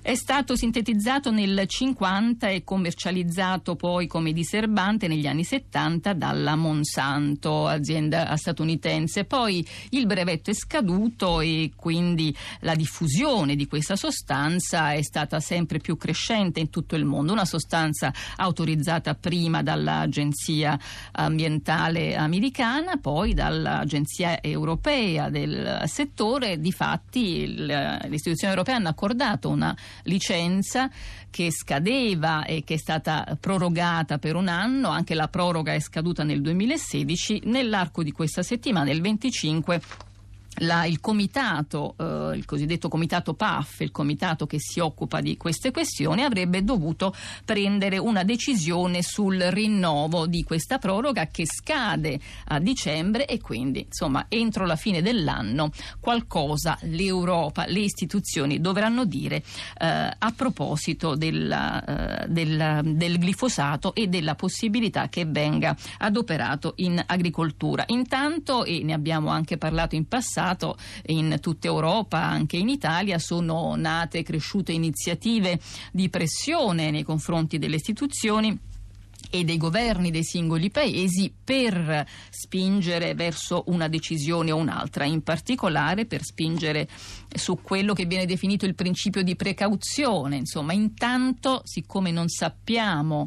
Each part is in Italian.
È stato sintetizzato nel 50 e commercializzato poi come diserbante negli anni 70 dalla Monsanto, azienda statunitense. Poi il brevetto è scaduto e quindi la diffusione di questa sostanza è stata sempre più crescente in tutto il mondo. Una sostanza autorizzata prima dall'Agenzia Ambientale americana, poi dall'Agenzia Europea del settore. Difatti le istituzioni europee hanno accordato una licenza che scadeva e che è stata prorogata per un anno. Anche la proroga è scaduta nel 2016. Nell'arco di questa settimana, il 25, il comitato, il cosiddetto comitato PAF, il comitato che si occupa di queste questioni, avrebbe dovuto prendere una decisione sul rinnovo di questa proroga che scade a dicembre, e quindi insomma entro la fine dell'anno qualcosa l'Europa, le istituzioni dovranno dire a proposito del glifosato e della possibilità che venga adoperato in agricoltura. Intanto, e ne abbiamo anche parlato in passato, in tutta Europa, anche in Italia, sono nate e cresciute iniziative di pressione nei confronti delle istituzioni e dei governi dei singoli paesi per spingere verso una decisione o un'altra, in particolare per spingere su quello che viene definito il principio di precauzione. Insomma, intanto, siccome non sappiamo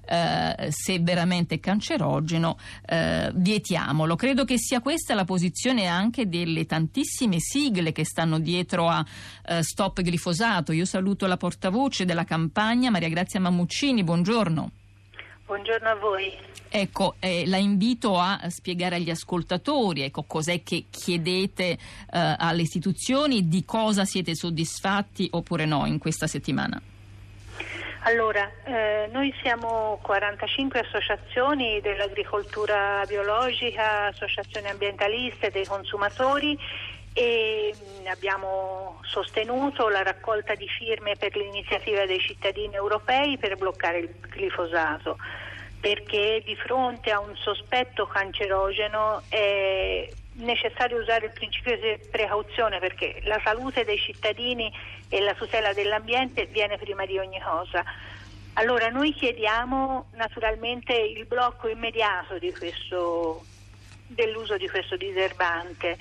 se veramente è cancerogeno, vietiamolo. Credo che sia questa la posizione anche delle tantissime sigle che stanno dietro a Stop Glifosato. Io saluto la portavoce della campagna, Maria Grazia Mammuccini, buongiorno. Buongiorno a voi. Ecco, la invito a spiegare agli ascoltatori, cos'è che chiedete alle istituzioni, di cosa siete soddisfatti oppure no in questa settimana. Allora, noi siamo 45 associazioni dell'agricoltura biologica, associazioni ambientaliste, dei consumatori, e abbiamo sostenuto la raccolta di firme per l'iniziativa dei cittadini europei per bloccare il glifosato, perché di fronte a un sospetto cancerogeno è necessario usare il principio di precauzione, perché la salute dei cittadini e la tutela dell'ambiente viene prima di ogni cosa. Allora noi chiediamo naturalmente il blocco immediato dell'uso di questo diserbante.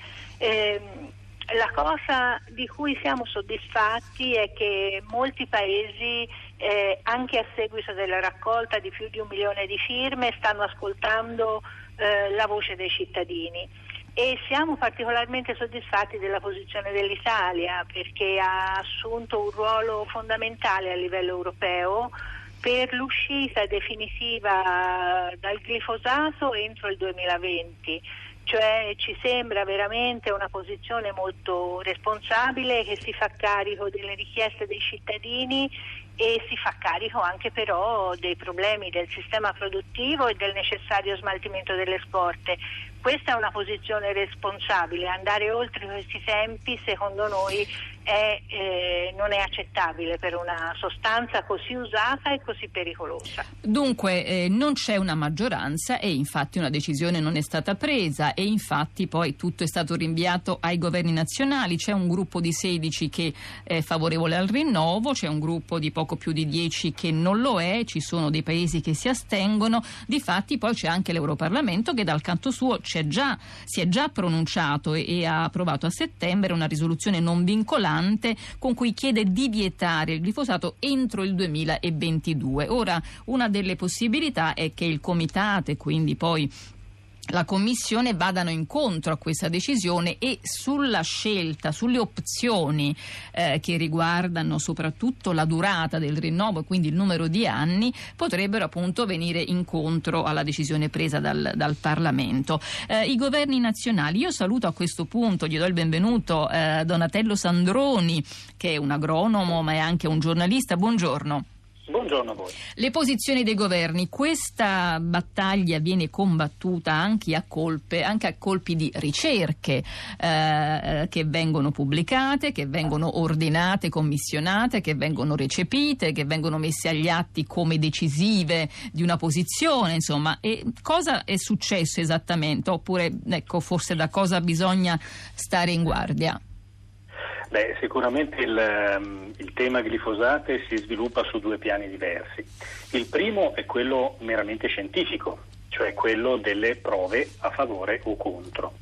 La cosa di cui siamo soddisfatti è che molti paesi, anche a seguito della raccolta di più di 1 milione di firme, stanno ascoltando la voce dei cittadini, e siamo particolarmente soddisfatti della posizione dell'Italia, perché ha assunto un ruolo fondamentale a livello europeo per l'uscita definitiva dal glifosato entro il 2020. Cioè ci sembra veramente una posizione molto responsabile, che si fa carico delle richieste dei cittadini e si fa carico anche però dei problemi del sistema produttivo e del necessario smaltimento delle scorte. Questa è una posizione responsabile. Andare oltre questi tempi, secondo noi, non è accettabile per una sostanza così usata e così pericolosa. Dunque non c'è una maggioranza e infatti una decisione non è stata presa, e infatti poi tutto è stato rinviato ai governi nazionali. C'è un gruppo di 16 che è favorevole al rinnovo, c'è un gruppo di poco più di 10 che non lo è, ci sono dei paesi che si astengono. Difatti poi c'è anche l'Europarlamento che dal canto suo si è già pronunciato e ha approvato a settembre una risoluzione non vincolante con cui chiede di vietare il glifosato entro il 2022. Ora, una delle possibilità è che il comitato e quindi poi la Commissione vadano incontro a questa decisione e sulla scelta, sulle opzioni che riguardano soprattutto la durata del rinnovo e quindi il numero di anni, potrebbero appunto venire incontro alla decisione presa dal Parlamento. I governi nazionali, io saluto a questo punto, gli do il benvenuto Donatello Sandroni, che è un agronomo ma è anche un giornalista. Buongiorno. Buongiorno a voi. Le posizioni dei governi. Questa battaglia viene combattuta anche a colpi di ricerche che vengono pubblicate, che vengono ordinate, commissionate, che vengono recepite, che vengono messe agli atti come decisive di una posizione, insomma. E cosa è successo esattamente? Oppure, forse da cosa bisogna stare in guardia? Beh, sicuramente il tema glifosate si sviluppa su due piani diversi. Il primo è quello meramente scientifico, cioè quello delle prove a favore o contro.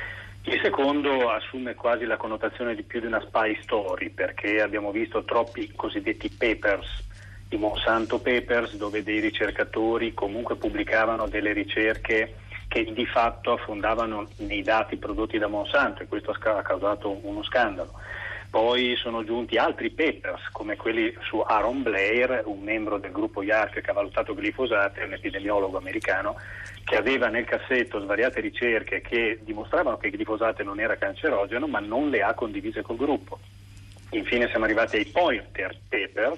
Il secondo assume quasi la connotazione di più di una spy story, perché abbiamo visto troppi cosiddetti papers, i Monsanto Papers, dove dei ricercatori comunque pubblicavano delle ricerche che di fatto affondavano nei dati prodotti da Monsanto, e questo ha causato uno scandalo. Poi sono giunti altri papers, come quelli su Aaron Blair, un membro del gruppo IARC che ha valutato glifosate, un epidemiologo americano, che aveva nel cassetto svariate ricerche che dimostravano che il glifosate non era cancerogeno, ma non le ha condivise col gruppo. Infine siamo arrivati ai Pointer Papers,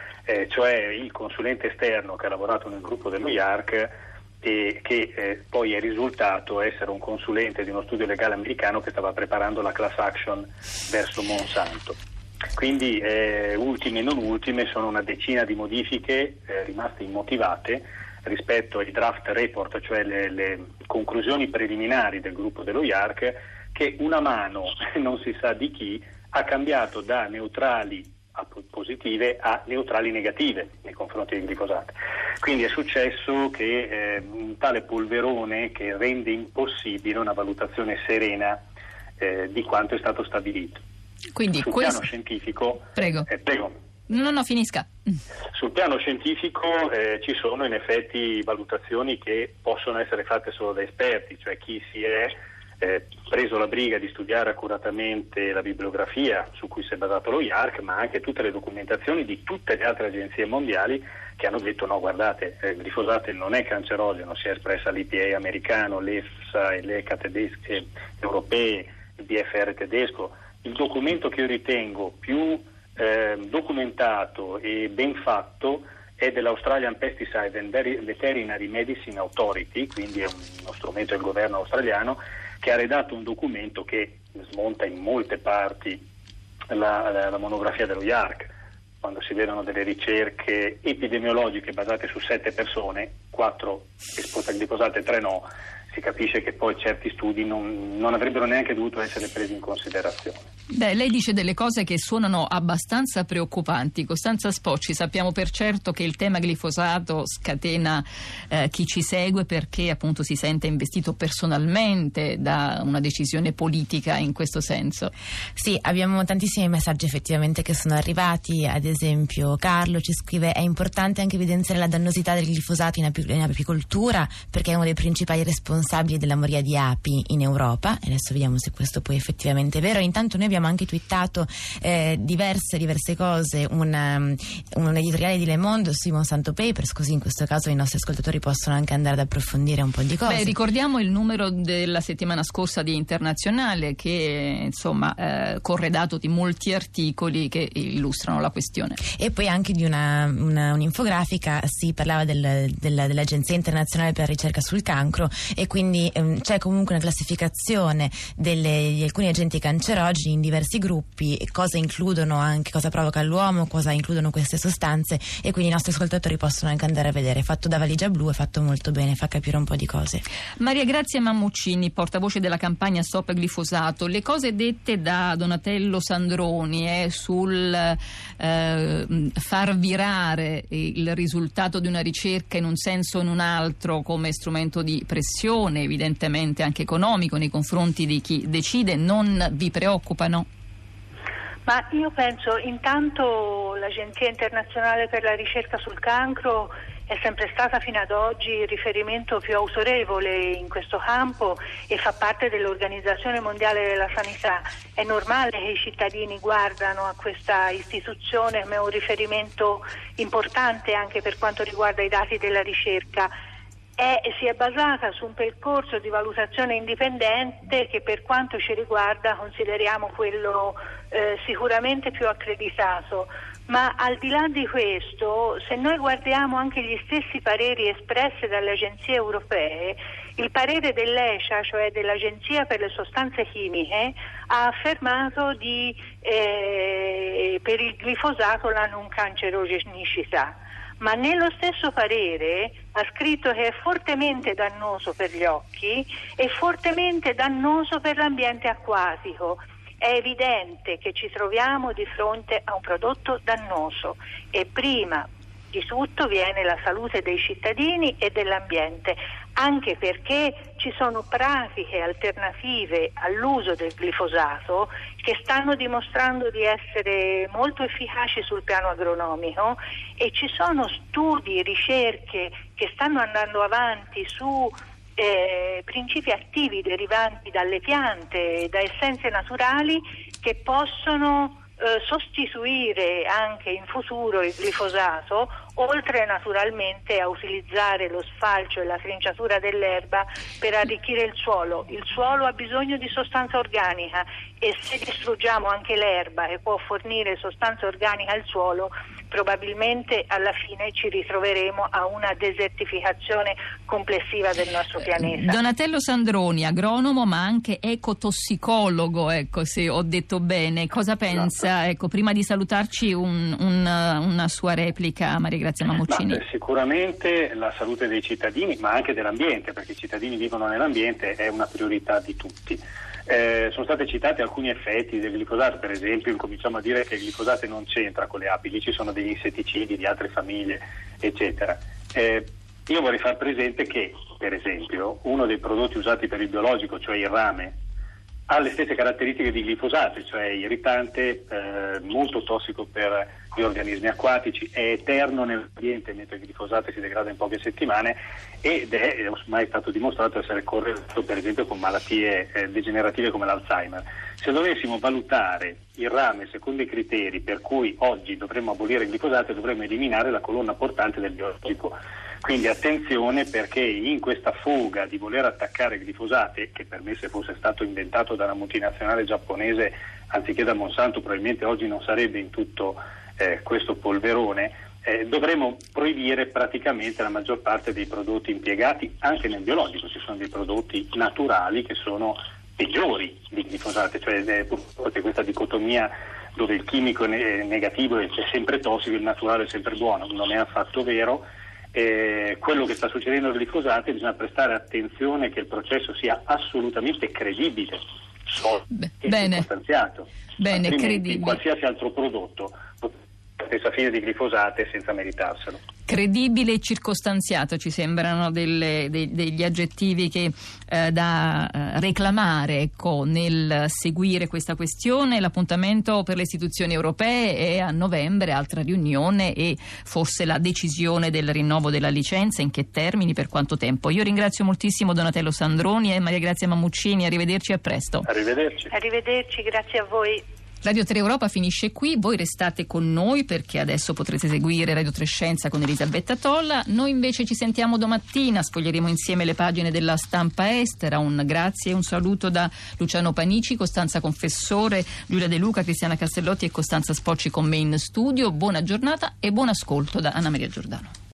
cioè il consulente esterno che ha lavorato nel gruppo dello IARC e che poi è risultato essere un consulente di uno studio legale americano che stava preparando la class action verso Monsanto. Quindi ultime e non ultime sono una decina di modifiche rimaste immotivate rispetto ai draft report, cioè le conclusioni preliminari del gruppo dello IARC, che una mano, non si sa di chi, ha cambiato da neutrali a positive a neutrali negative nei confronti del glifosato. Quindi è successo che un tale polverone che rende impossibile una valutazione serena di quanto è stato stabilito. Quindi sul piano scientifico, prego. No, finisca. Sul piano scientifico ci sono in effetti valutazioni che possono essere fatte solo da esperti, cioè chi si è preso la briga di studiare accuratamente la bibliografia su cui si è basato lo IARC, ma anche tutte le documentazioni di tutte le altre agenzie mondiali che hanno detto no, guardate, il glifosate non è cancerogeno, si è espressa l'EPA americano, l'EFSA e l'ECA tedesche europee, il BFR tedesco. Il documento che io ritengo più documentato e ben fatto è dell'Australian Pesticide and Veterinary Medicine Authority, quindi è uno strumento del governo australiano, che ha redatto un documento che smonta in molte parti la monografia dello IARC. Quando si vedono delle ricerche epidemiologiche basate su 7 persone, 4 esposte al glifosato e 3 no, si capisce che poi certi studi non avrebbero neanche dovuto essere presi in considerazione. Beh, lei dice delle cose che suonano abbastanza preoccupanti. Costanza Spocci, sappiamo per certo che il tema glifosato scatena chi ci segue perché appunto si sente investito personalmente da una decisione politica in questo senso. Sì, abbiamo tantissimi messaggi effettivamente che sono arrivati. Ad esempio Carlo ci scrive: è importante anche evidenziare la dannosità del glifosato in apicoltura perché è uno dei principali responsabili della moria di api in Europa, e adesso vediamo se questo poi effettivamente è vero. Intanto noi abbiamo anche twittato diverse cose, un editoriale di Le Monde sui Monsanto Papers, così in questo caso i nostri ascoltatori possono anche andare ad approfondire un po' di cose. Ricordiamo il numero della settimana scorsa di Internazionale che insomma corredato di molti articoli che illustrano la questione. E pdi anche di un'infografica, si parlava dell'Agenzia Internazionale per la Ricerca sul Cancro, e quindi c'è comunque una classificazione di alcuni agenti cancerogeni in diversi gruppi, cosa includono anche, cosa provoca all'uomo, cosa includono queste sostanze, e quindi i nostri ascoltatori possono anche andare a vedere. È fatto da Valigia Blu, è fatto molto bene, fa capire un po' di cose. Maria Grazia Mammuccini, portavoce della campagna Stop Glifosato. Le cose dette da Donatello Sandroni sul far virare il risultato di una ricerca in un senso o in un altro come strumento di pressione, evidentemente anche economico, nei confronti di chi decide, non vi preoccupano? Ma io penso, intanto l'Agenzia Internazionale per la Ricerca sul Cancro è sempre stata fino ad oggi il riferimento più autorevole in questo campo e fa parte dell'Organizzazione Mondiale della Sanità. È normale che i cittadini guardano a questa istituzione come un riferimento importante anche per quanto riguarda i dati della ricerca. Si è basata su un percorso di valutazione indipendente che per quanto ci riguarda consideriamo quello sicuramente più accreditato, ma al di là di questo, se noi guardiamo anche gli stessi pareri espressi dalle agenzie europee, il parere dell'ECHA, cioè dell'Agenzia per le Sostanze Chimiche, ha affermato per il glifosato la non cancerogenicità. Ma nello stesso parere ha scritto che è fortemente dannoso per gli occhi e fortemente dannoso per l'ambiente acquatico. È evidente che ci troviamo di fronte a un prodotto dannoso e prima di tutto viene la salute dei cittadini e dell'ambiente, anche perché ci sono pratiche alternative all'uso del glifosato che stanno dimostrando di essere molto efficaci sul piano agronomico e ci sono studi, ricerche che stanno andando avanti su principi attivi derivanti dalle piante, da essenze naturali che possono sostituire anche in futuro il glifosato, oltre naturalmente a utilizzare lo sfalcio e la trinciatura dell'erba per arricchire il suolo. Il suolo ha bisogno di sostanza organica e se distruggiamo anche l'erba e può fornire sostanza organica al suolo, probabilmente alla fine ci ritroveremo a una desertificazione complessiva del nostro pianeta. Donatello Sandroni, agronomo ma anche ecotossicologo, se ho detto bene, cosa pensa? Ecco, prima di salutarci una sua replica, Maria Grazia Mammuccini. Sicuramente la salute dei cittadini, ma anche dell'ambiente, perché i cittadini vivono nell'ambiente, è una priorità di tutti. Sono stati citati alcuni effetti del glifosato, per esempio incominciamo a dire che il glifosato non c'entra con le api, lì ci sono degli insetticidi di altre famiglie, eccetera. Io vorrei far presente che, per esempio, uno dei prodotti usati per il biologico, cioè il rame, ha le stesse caratteristiche di glifosato, cioè irritante, molto tossico per gli organismi acquatici, è eterno nell'ambiente, mentre il glifosato si degrada in poche settimane ed è ormai stato dimostrato essere correlato per esempio con malattie degenerative come l'Alzheimer. Se dovessimo valutare il rame secondo i criteri per cui oggi dovremmo abolire il glifosato, dovremmo eliminare la colonna portante del biologico. Quindi attenzione, perché in questa fuga di voler attaccare il glifosato, che per me se fosse stato inventato da una multinazionale giapponese anziché da Monsanto probabilmente oggi non sarebbe in tutto questo polverone, dovremmo proibire praticamente la maggior parte dei prodotti impiegati anche nel biologico. Ci sono dei prodotti naturali che sono peggiori di glifosato, cioè c'è questa dicotomia dove il chimico è negativo e c'è sempre tossico, il naturale è sempre buono. Non è affatto vero. Quello che sta succedendo al glifosato, bisogna prestare attenzione che il processo sia assolutamente credibile, e circostanziato. Bene, credibile. Qualsiasi altro prodotto la stessa fine di glifosato senza meritarselo. Credibile e circostanziato ci sembrano degli aggettivi che da reclamare nel seguire questa questione. L'appuntamento per le istituzioni europee è a novembre, altra riunione e forse la decisione del rinnovo della licenza, in che termini, per quanto tempo. Io ringrazio moltissimo Donatello Sandroni e Maria Grazia Mammuccini, arrivederci e a presto. Arrivederci, grazie a voi. Radio 3 Europa finisce qui, voi restate con noi perché adesso potrete seguire Radio 3 Scienza con Elisabetta Tolla. Noi invece ci sentiamo domattina, sfoglieremo insieme le pagine della stampa estera. Un grazie e un saluto da Luciano Panici, Costanza Confessore, Giulia De Luca, Cristiana Castellotti e Costanza Spocci con me in studio. Buona giornata e buon ascolto da Anna Maria Giordano.